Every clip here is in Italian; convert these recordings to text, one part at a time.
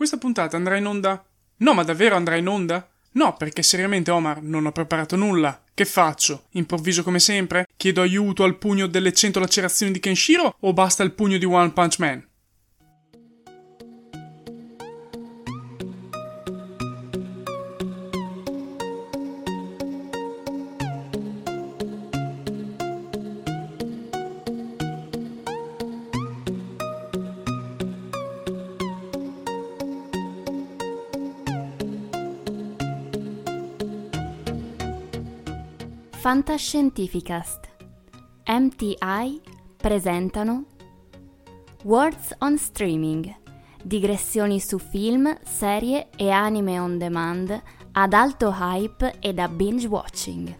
questa puntata andrà in onda? No, ma davvero andrà in onda? No, perché seriamente, Omar, non ho preparato nulla. Che faccio? Improvviso come sempre? Chiedo aiuto al pugno delle 100 lacerazioni di Kenshiro o basta il pugno di One Punch Man? Fantascientificast MTI presentano Words on Streaming, digressioni su film, serie e anime on demand ad alto hype e da binge watching.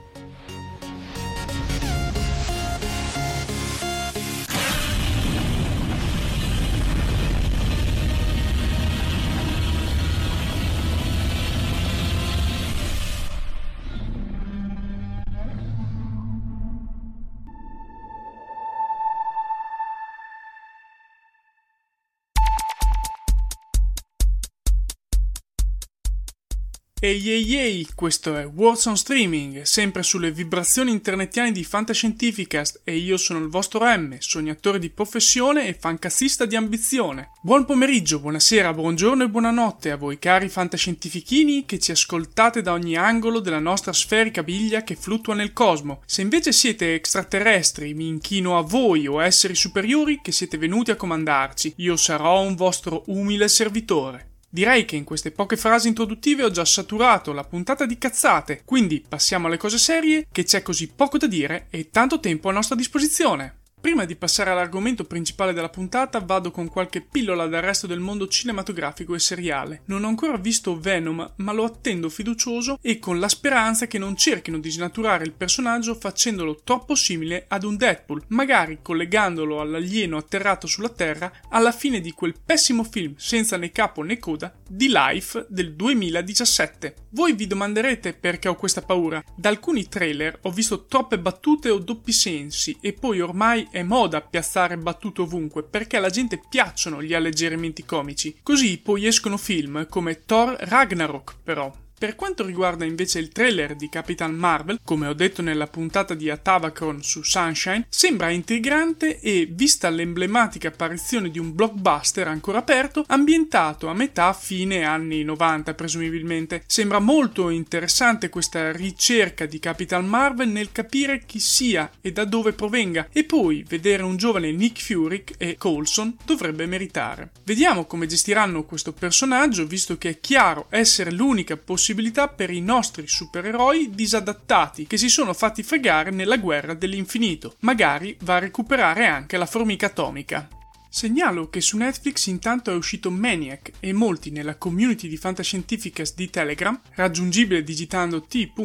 Ehi ehi ehi, questo è Words on Streaming, sempre sulle vibrazioni internetiane di Fantascientificast e io sono il vostro M, sognatore di professione e fancazzista di ambizione. Buon pomeriggio, buonasera, buongiorno e buonanotte a voi cari fantascientifichini che ci ascoltate da ogni angolo della nostra sferica biglia che fluttua nel cosmo. Se invece siete extraterrestri, mi inchino a voi o esseri superiori che siete venuti a comandarci, io sarò un vostro umile servitore. Direi che in queste poche frasi introduttive ho già saturato la puntata di cazzate, quindi passiamo alle cose serie, che c'è così poco da dire e tanto tempo a nostra disposizione. Prima di passare all'argomento principale della puntata vado con qualche pillola dal resto del mondo cinematografico e seriale. Non ho ancora visto Venom, ma lo attendo fiducioso e con la speranza che non cerchino di snaturare il personaggio facendolo troppo simile ad un Deadpool, magari collegandolo all'alieno atterrato sulla Terra alla fine di quel pessimo film senza né capo né coda di Life del 2017. Voi vi domanderete perché ho questa paura. Da alcuni trailer ho visto troppe battute o doppi sensi e poi ormai è moda piazzare battute ovunque perché alla gente piacciono gli alleggerimenti comici. Così poi escono film come Thor Ragnarok, però. Per quanto riguarda invece il trailer di Capitan Marvel, come ho detto nella puntata di Atavacron su Sunshine, sembra intrigante e, vista l'emblematica apparizione di un blockbuster ancora aperto, ambientato a metà fine anni 90 presumibilmente. Sembra molto interessante questa ricerca di Capitan Marvel nel capire chi sia e da dove provenga, e poi vedere un giovane Nick Fury e Coulson dovrebbe meritare. Vediamo come gestiranno questo personaggio, visto che è chiaro essere l'unica possibilità per i nostri supereroi disadattati che si sono fatti fregare nella guerra dell'infinito. Magari va a recuperare anche la formica atomica. Segnalo che su Netflix intanto è uscito Maniac e molti nella community di Fantascientificast di Telegram, raggiungibile digitando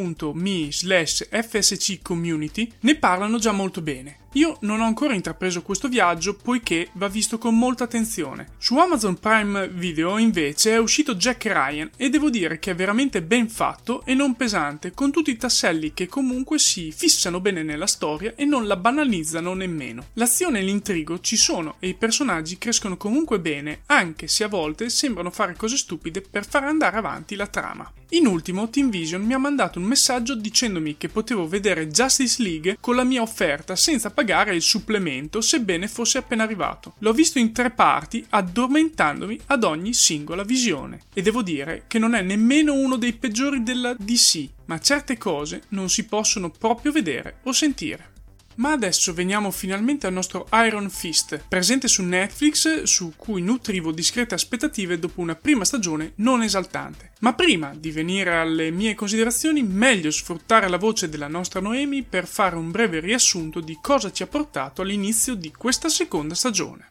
t.me/fsccommunity, ne parlano già molto bene. Io non ho ancora intrapreso questo viaggio poiché va visto con molta attenzione. Su Amazon Prime Video invece è uscito Jack Ryan e devo dire che è veramente ben fatto e non pesante, con tutti i tasselli che comunque si fissano bene nella storia e non la banalizzano nemmeno. L'azione e l'intrigo ci sono e i personaggi crescono comunque bene, anche se a volte sembrano fare cose stupide per far andare avanti la trama. In ultimo, Team Vision mi ha mandato un messaggio dicendomi che potevo vedere Justice League con la mia offerta senza pagare il supplemento, sebbene fosse appena arrivato. L'ho visto in 3 parti, addormentandomi ad ogni singola visione. E devo dire che non è nemmeno uno dei peggiori della DC, ma certe cose non si possono proprio vedere o sentire. Ma adesso veniamo finalmente al nostro Iron Fist, presente su Netflix, su cui nutrivo discrete aspettative dopo una prima stagione non esaltante. Ma prima di venire alle mie considerazioni, meglio sfruttare la voce della nostra Noemi per fare un breve riassunto di cosa ci ha portato all'inizio di questa seconda stagione.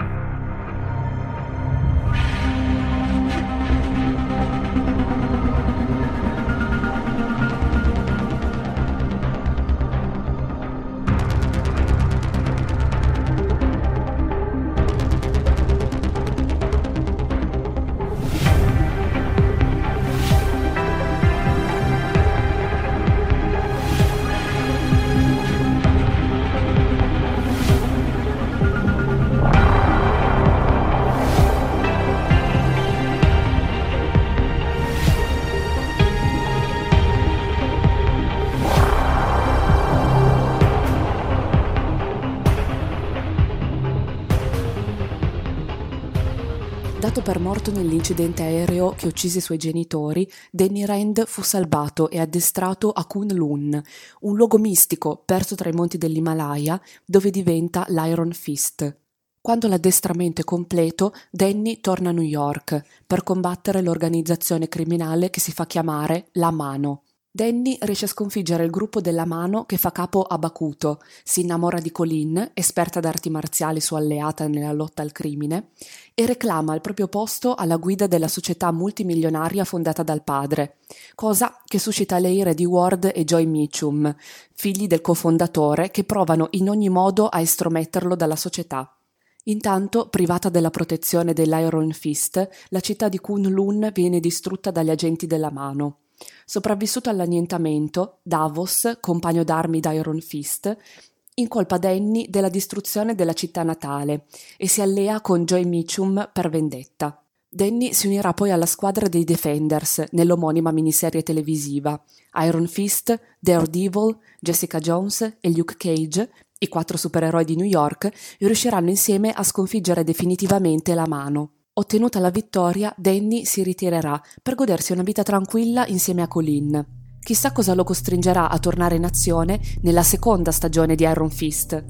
Dato per morto nell'incidente aereo che uccise i suoi genitori, Danny Rand fu salvato e addestrato a Kunlun, un luogo mistico perso tra i monti dell'Himalaya dove diventa l'Iron Fist. Quando l'addestramento è completo, Danny torna a New York per combattere l'organizzazione criminale che si fa chiamare La Mano. Danny riesce a sconfiggere il gruppo della Mano che fa capo a Bakuto, si innamora di Colleen, esperta d'arti marziali sua alleata nella lotta al crimine, e reclama il proprio posto alla guida della società multimilionaria fondata dal padre, cosa che suscita le ire di Ward e Joy Meachum, figli del cofondatore, che provano in ogni modo a estrometterlo dalla società. Intanto, privata della protezione dell'Iron Fist, la città di Kunlun viene distrutta dagli agenti della Mano. Sopravvissuto all'annientamento, Davos, compagno d'armi d'Iron Fist, incolpa Danny della distruzione della città natale e si allea con Joy Meachum per vendetta. Danny si unirà poi alla squadra dei Defenders nell'omonima miniserie televisiva. Iron Fist, Daredevil, Jessica Jones e Luke Cage, i 4 supereroi di New York, riusciranno insieme a sconfiggere definitivamente La Mano. Ottenuta la vittoria, Danny si ritirerà per godersi una vita tranquilla insieme a Colleen. Chissà cosa lo costringerà a tornare in azione nella seconda stagione di Iron Fist.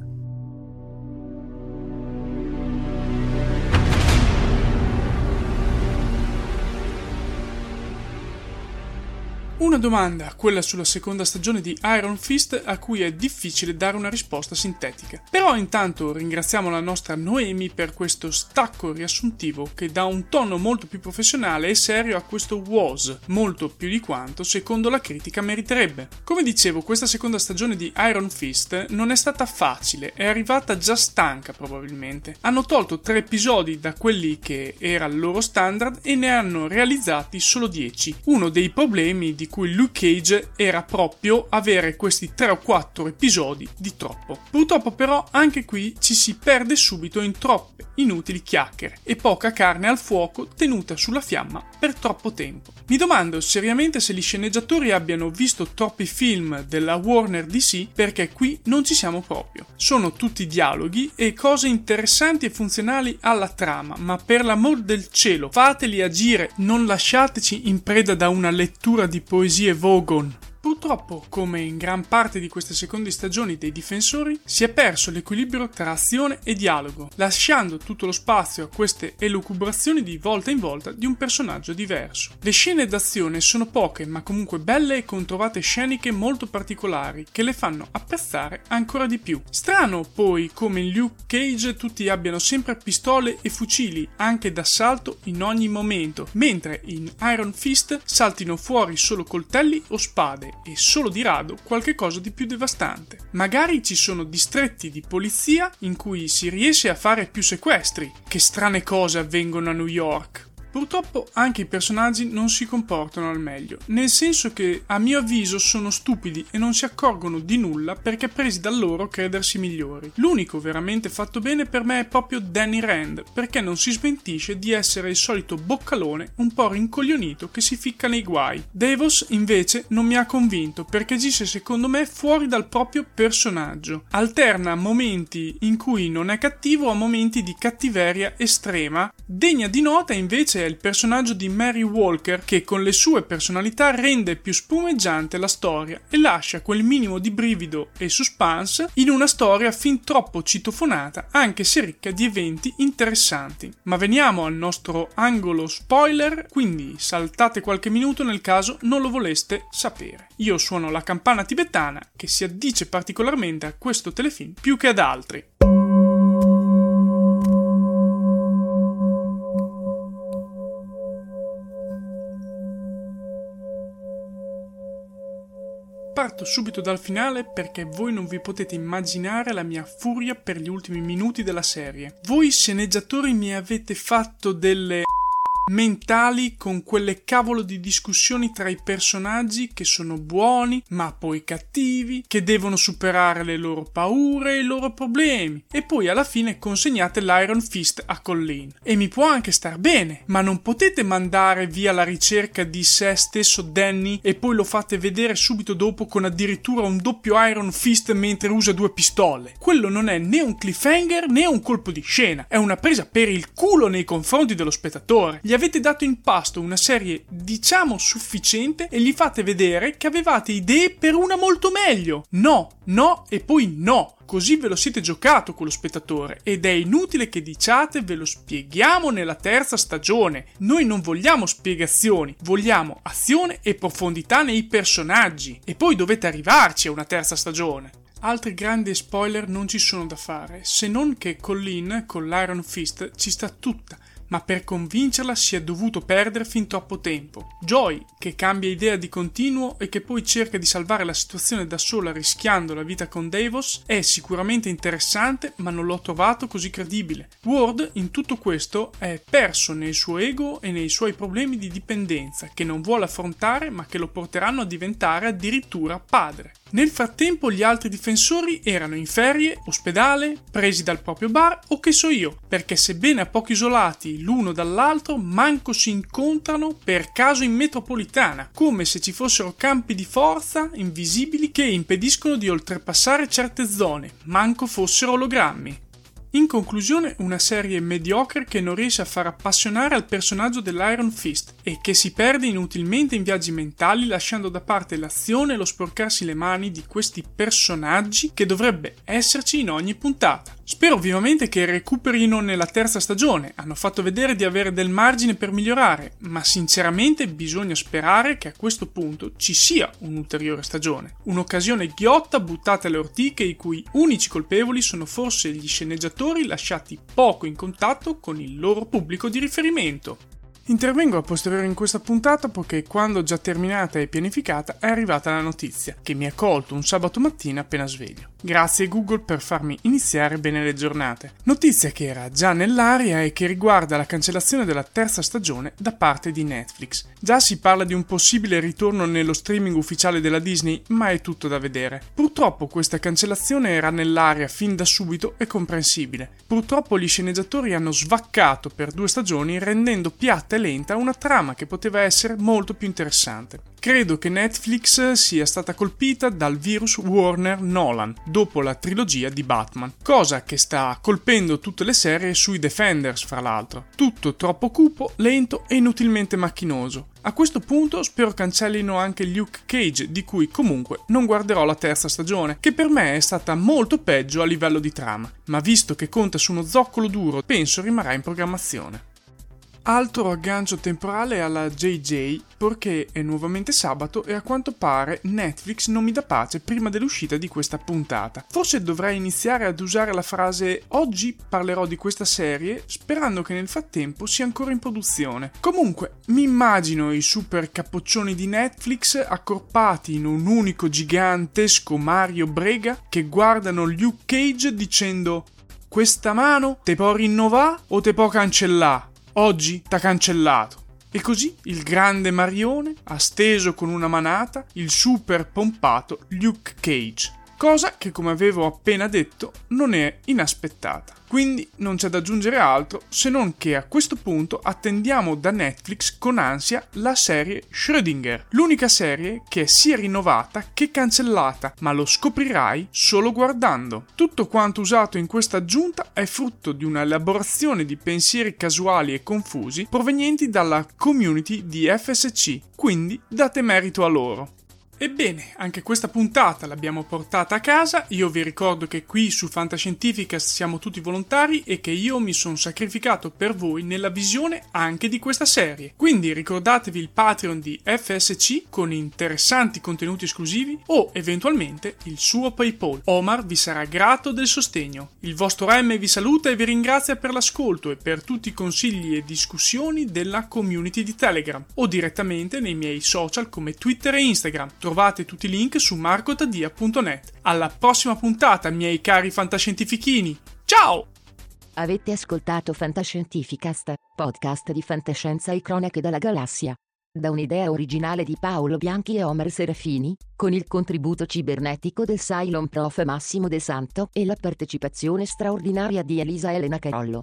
Una domanda, quella sulla seconda stagione di Iron Fist, a cui è difficile dare una risposta sintetica. Però intanto ringraziamo la nostra Noemi per questo stacco riassuntivo che dà un tono molto più professionale e serio a questo WOS, molto più di quanto secondo la critica meriterebbe. Come dicevo, questa seconda stagione di Iron Fist non è stata facile, è arrivata già stanca probabilmente. Hanno tolto 3 episodi da quelli che era il loro standard e ne hanno realizzati solo 10. Uno dei problemi di cui Luke Cage era proprio avere questi 3 o 4 episodi di troppo. Purtroppo però anche qui ci si perde subito in troppe inutili chiacchiere e poca carne al fuoco tenuta sulla fiamma per troppo tempo. Mi domando seriamente se gli sceneggiatori abbiano visto troppi film della Warner DC, perché qui non ci siamo proprio. Sono tutti dialoghi e cose interessanti e funzionali alla trama, ma per l'amor del cielo fateli agire, non lasciateci in preda da una lettura di poesie Vogon. Purtroppo, come in gran parte di queste seconde stagioni dei Difensori, si è perso l'equilibrio tra azione e dialogo, lasciando tutto lo spazio a queste elucubrazioni di volta in volta di un personaggio diverso. Le scene d'azione sono poche, ma comunque belle e con trovate sceniche molto particolari, che le fanno apprezzare ancora di più. Strano poi come in Luke Cage tutti abbiano sempre pistole e fucili, anche d'assalto in ogni momento, mentre in Iron Fist saltino fuori solo coltelli o spade, e solo di rado qualche cosa di più devastante. Magari ci sono distretti di polizia in cui si riesce a fare più sequestri. Che strane cose avvengono a New York. Purtroppo anche i personaggi non si comportano al meglio, nel senso che a mio avviso sono stupidi e non si accorgono di nulla perché presi da loro credersi migliori. L'unico veramente fatto bene per me è proprio Danny Rand, perché non si smentisce di essere il solito boccalone un po' rincoglionito che si ficca nei guai. Davos invece non mi ha convinto perché agisce secondo me fuori dal proprio personaggio. Alterna momenti in cui non è cattivo a momenti di cattiveria estrema. Degna di nota invece è il personaggio di Mary Walker che con le sue personalità rende più spumeggiante la storia e lascia quel minimo di brivido e suspense in una storia fin troppo citofonata anche se ricca di eventi interessanti. Ma veniamo al nostro angolo spoiler, quindi saltate qualche minuto nel caso non lo voleste sapere. Io suono la campana tibetana che si addice particolarmente a questo telefilm più che ad altri. Parto subito dal finale perché voi non vi potete immaginare la mia furia per gli ultimi minuti della serie. Voi sceneggiatori mi avete fatto delle mentali con quelle cavolo di discussioni tra i personaggi che sono buoni ma poi cattivi, che devono superare le loro paure e i loro problemi, e poi alla fine consegnate l'Iron Fist a Colleen. E mi può anche star bene, ma non potete mandare via la ricerca di sé stesso Danny e poi lo fate vedere subito dopo con addirittura un doppio Iron Fist mentre usa 2 pistole. Quello non è né un cliffhanger né un colpo di scena, è una presa per il culo nei confronti dello spettatore. Gli avete dato in pasto una serie diciamo sufficiente e gli fate vedere che avevate idee per una molto meglio. No e poi no. Così ve lo siete giocato con lo spettatore ed è inutile che diciate ve lo spieghiamo nella terza stagione. Noi non vogliamo spiegazioni, vogliamo azione e profondità nei personaggi, e poi dovete arrivarci a una terza stagione. Altri grandi spoiler non ci sono da fare, se non che Colleen con l'Iron Fist ci sta tutta, ma per convincerla si è dovuto perdere fin troppo tempo. Joy, che cambia idea di continuo e che poi cerca di salvare la situazione da sola rischiando la vita con Davos, è sicuramente interessante, ma non l'ho trovato così credibile. Ward, in tutto questo, è perso nel suo ego e nei suoi problemi di dipendenza, che non vuole affrontare ma che lo porteranno a diventare addirittura padre. Nel frattempo gli altri difensori erano in ferie, ospedale, presi dal proprio bar o che so io, perché sebbene a poco isolati l'uno dall'altro, manco si incontrano per caso in metropolitana, come se ci fossero campi di forza invisibili che impediscono di oltrepassare certe zone, manco fossero ologrammi. In conclusione, una serie mediocre che non riesce a far appassionare al personaggio dell'Iron Fist e che si perde inutilmente in viaggi mentali lasciando da parte l'azione e lo sporcarsi le mani di questi personaggi che dovrebbe esserci in ogni puntata. Spero vivamente che recuperino nella terza stagione, hanno fatto vedere di avere del margine per migliorare, ma sinceramente bisogna sperare che a questo punto ci sia un'ulteriore stagione. Un'occasione ghiotta buttata alle ortiche i cui unici colpevoli sono forse gli sceneggiatori lasciati poco in contatto con il loro pubblico di riferimento. Intervengo a posteriori in questa puntata poiché quando già terminata e pianificata è arrivata la notizia che mi ha colto un sabato mattina appena sveglio. Grazie Google per farmi iniziare bene le giornate. Notizia che era già nell'aria e che riguarda la cancellazione della terza stagione da parte di Netflix. Già si parla di un possibile ritorno nello streaming ufficiale della Disney, ma è tutto da vedere. Purtroppo questa cancellazione era nell'aria fin da subito e comprensibile. Purtroppo gli sceneggiatori hanno svaccato per 2 stagioni rendendo piatta e lenta una trama che poteva essere molto più interessante. Credo che Netflix sia stata colpita dal virus Warner Nolan dopo la trilogia di Batman, cosa che sta colpendo tutte le serie sui Defenders fra l'altro. Tutto troppo cupo, lento e inutilmente macchinoso. A questo punto spero cancellino anche Luke Cage, di cui comunque non guarderò la terza stagione, che per me è stata molto peggio a livello di trama, ma visto che conta su uno zoccolo duro penso rimarrà in programmazione. Altro aggancio temporale alla JJ, perché è nuovamente sabato e a quanto pare Netflix non mi dà pace prima dell'uscita di questa puntata. Forse dovrei iniziare ad usare la frase "oggi parlerò di questa serie" sperando che nel frattempo sia ancora in produzione. Comunque, mi immagino i super capoccioni di Netflix accorpati in un unico gigantesco Mario Brega che guardano Luke Cage dicendo: "Questa mano te può rinnovare o te può cancellare? Oggi t'ha cancellato." E così il grande Marione ha steso con una manata il super pompato Luke Cage, cosa che, come avevo appena detto, non è inaspettata. Quindi non c'è da aggiungere altro se non che a questo punto attendiamo da Netflix con ansia la serie Schrödinger, l'unica serie che è sia rinnovata che cancellata, ma lo scoprirai solo guardando. Tutto quanto usato in questa aggiunta è frutto di una elaborazione di pensieri casuali e confusi provenienti dalla community di FSC, quindi date merito a loro. Ebbene, anche questa puntata l'abbiamo portata a casa. Io vi ricordo che qui su Fantascientificast siamo tutti volontari e che io mi sono sacrificato per voi nella visione anche di questa serie. Quindi ricordatevi il Patreon di FSC con interessanti contenuti esclusivi o eventualmente il suo PayPal. Omar vi sarà grato del sostegno. Il vostro M vi saluta e vi ringrazia per l'ascolto e per tutti i consigli e discussioni della community di Telegram o direttamente nei miei social come Twitter e Instagram. Trovate tutti i link su marcotadia.net. Alla prossima puntata, miei cari fantascientifichini. Ciao! Avete ascoltato Fantascientificast, podcast di fantascienza e cronache dalla galassia. Da un'idea originale di Paolo Bianchi e Omer Serafini, con il contributo cibernetico del Cylon Prof Massimo De Santo e la partecipazione straordinaria di Elisa Elena Carollo.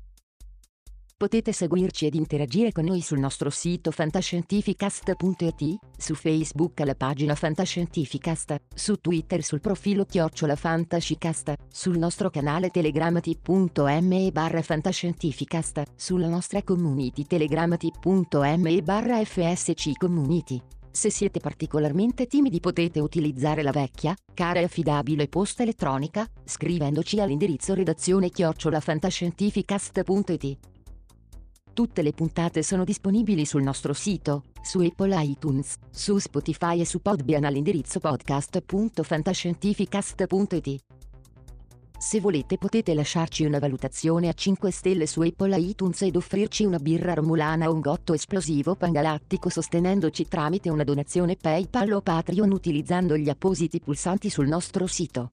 Potete seguirci ed interagire con noi sul nostro sito fantascientificast.it, su Facebook alla pagina Fantascientificast, su Twitter sul profilo @fantascicast, sul nostro canale Telegram t.me/fantascientificast, sulla nostra community Telegram t.me/fsc community. Se siete particolarmente timidi potete utilizzare la vecchia, cara e affidabile posta elettronica, scrivendoci all'indirizzo redazione@fantascientificast.it. Tutte le puntate sono disponibili sul nostro sito, su Apple iTunes, su Spotify e su Podbean all'indirizzo podcast.fantascientificast.it. Se volete potete lasciarci una valutazione a 5 stelle su Apple iTunes ed offrirci una birra romulana o un gotto esplosivo pangalattico sostenendoci tramite una donazione PayPal o Patreon utilizzando gli appositi pulsanti sul nostro sito.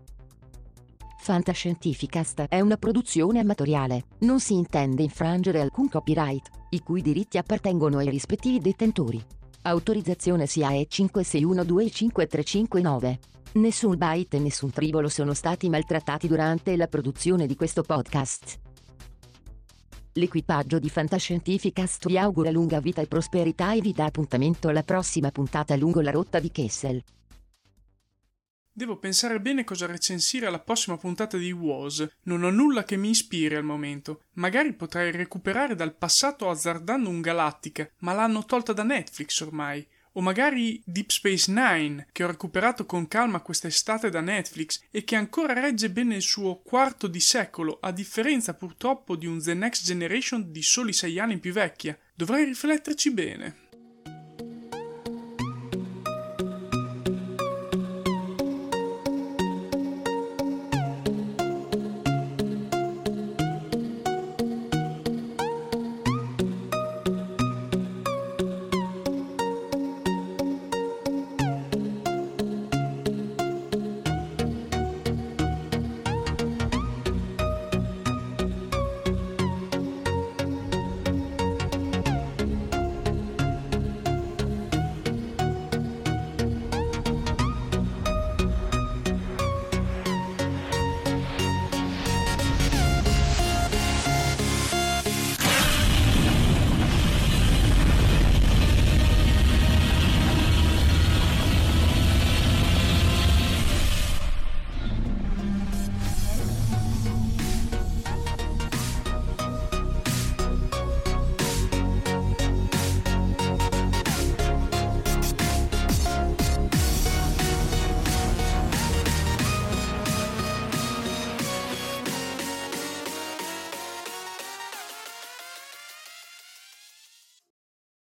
Fantascientificast è una produzione amatoriale, non si intende infrangere alcun copyright, i cui diritti appartengono ai rispettivi detentori. Autorizzazione SIAE 56125359. Nessun byte e nessun tribolo sono stati maltrattati durante la produzione di questo podcast. L'equipaggio di Fantascientificast vi augura lunga vita e prosperità e vi dà appuntamento alla prossima puntata lungo la rotta di Kessel. Devo pensare bene cosa recensire alla prossima puntata di WOS. Non ho nulla che mi ispiri al momento. Magari potrei recuperare dal passato azzardando un Galactica, ma l'hanno tolta da Netflix ormai. O magari Deep Space Nine, che ho recuperato con calma quest'estate da Netflix e che ancora regge bene il suo quarto di secolo, a differenza purtroppo di un The Next Generation di soli 6 anni più vecchia. Dovrei rifletterci bene.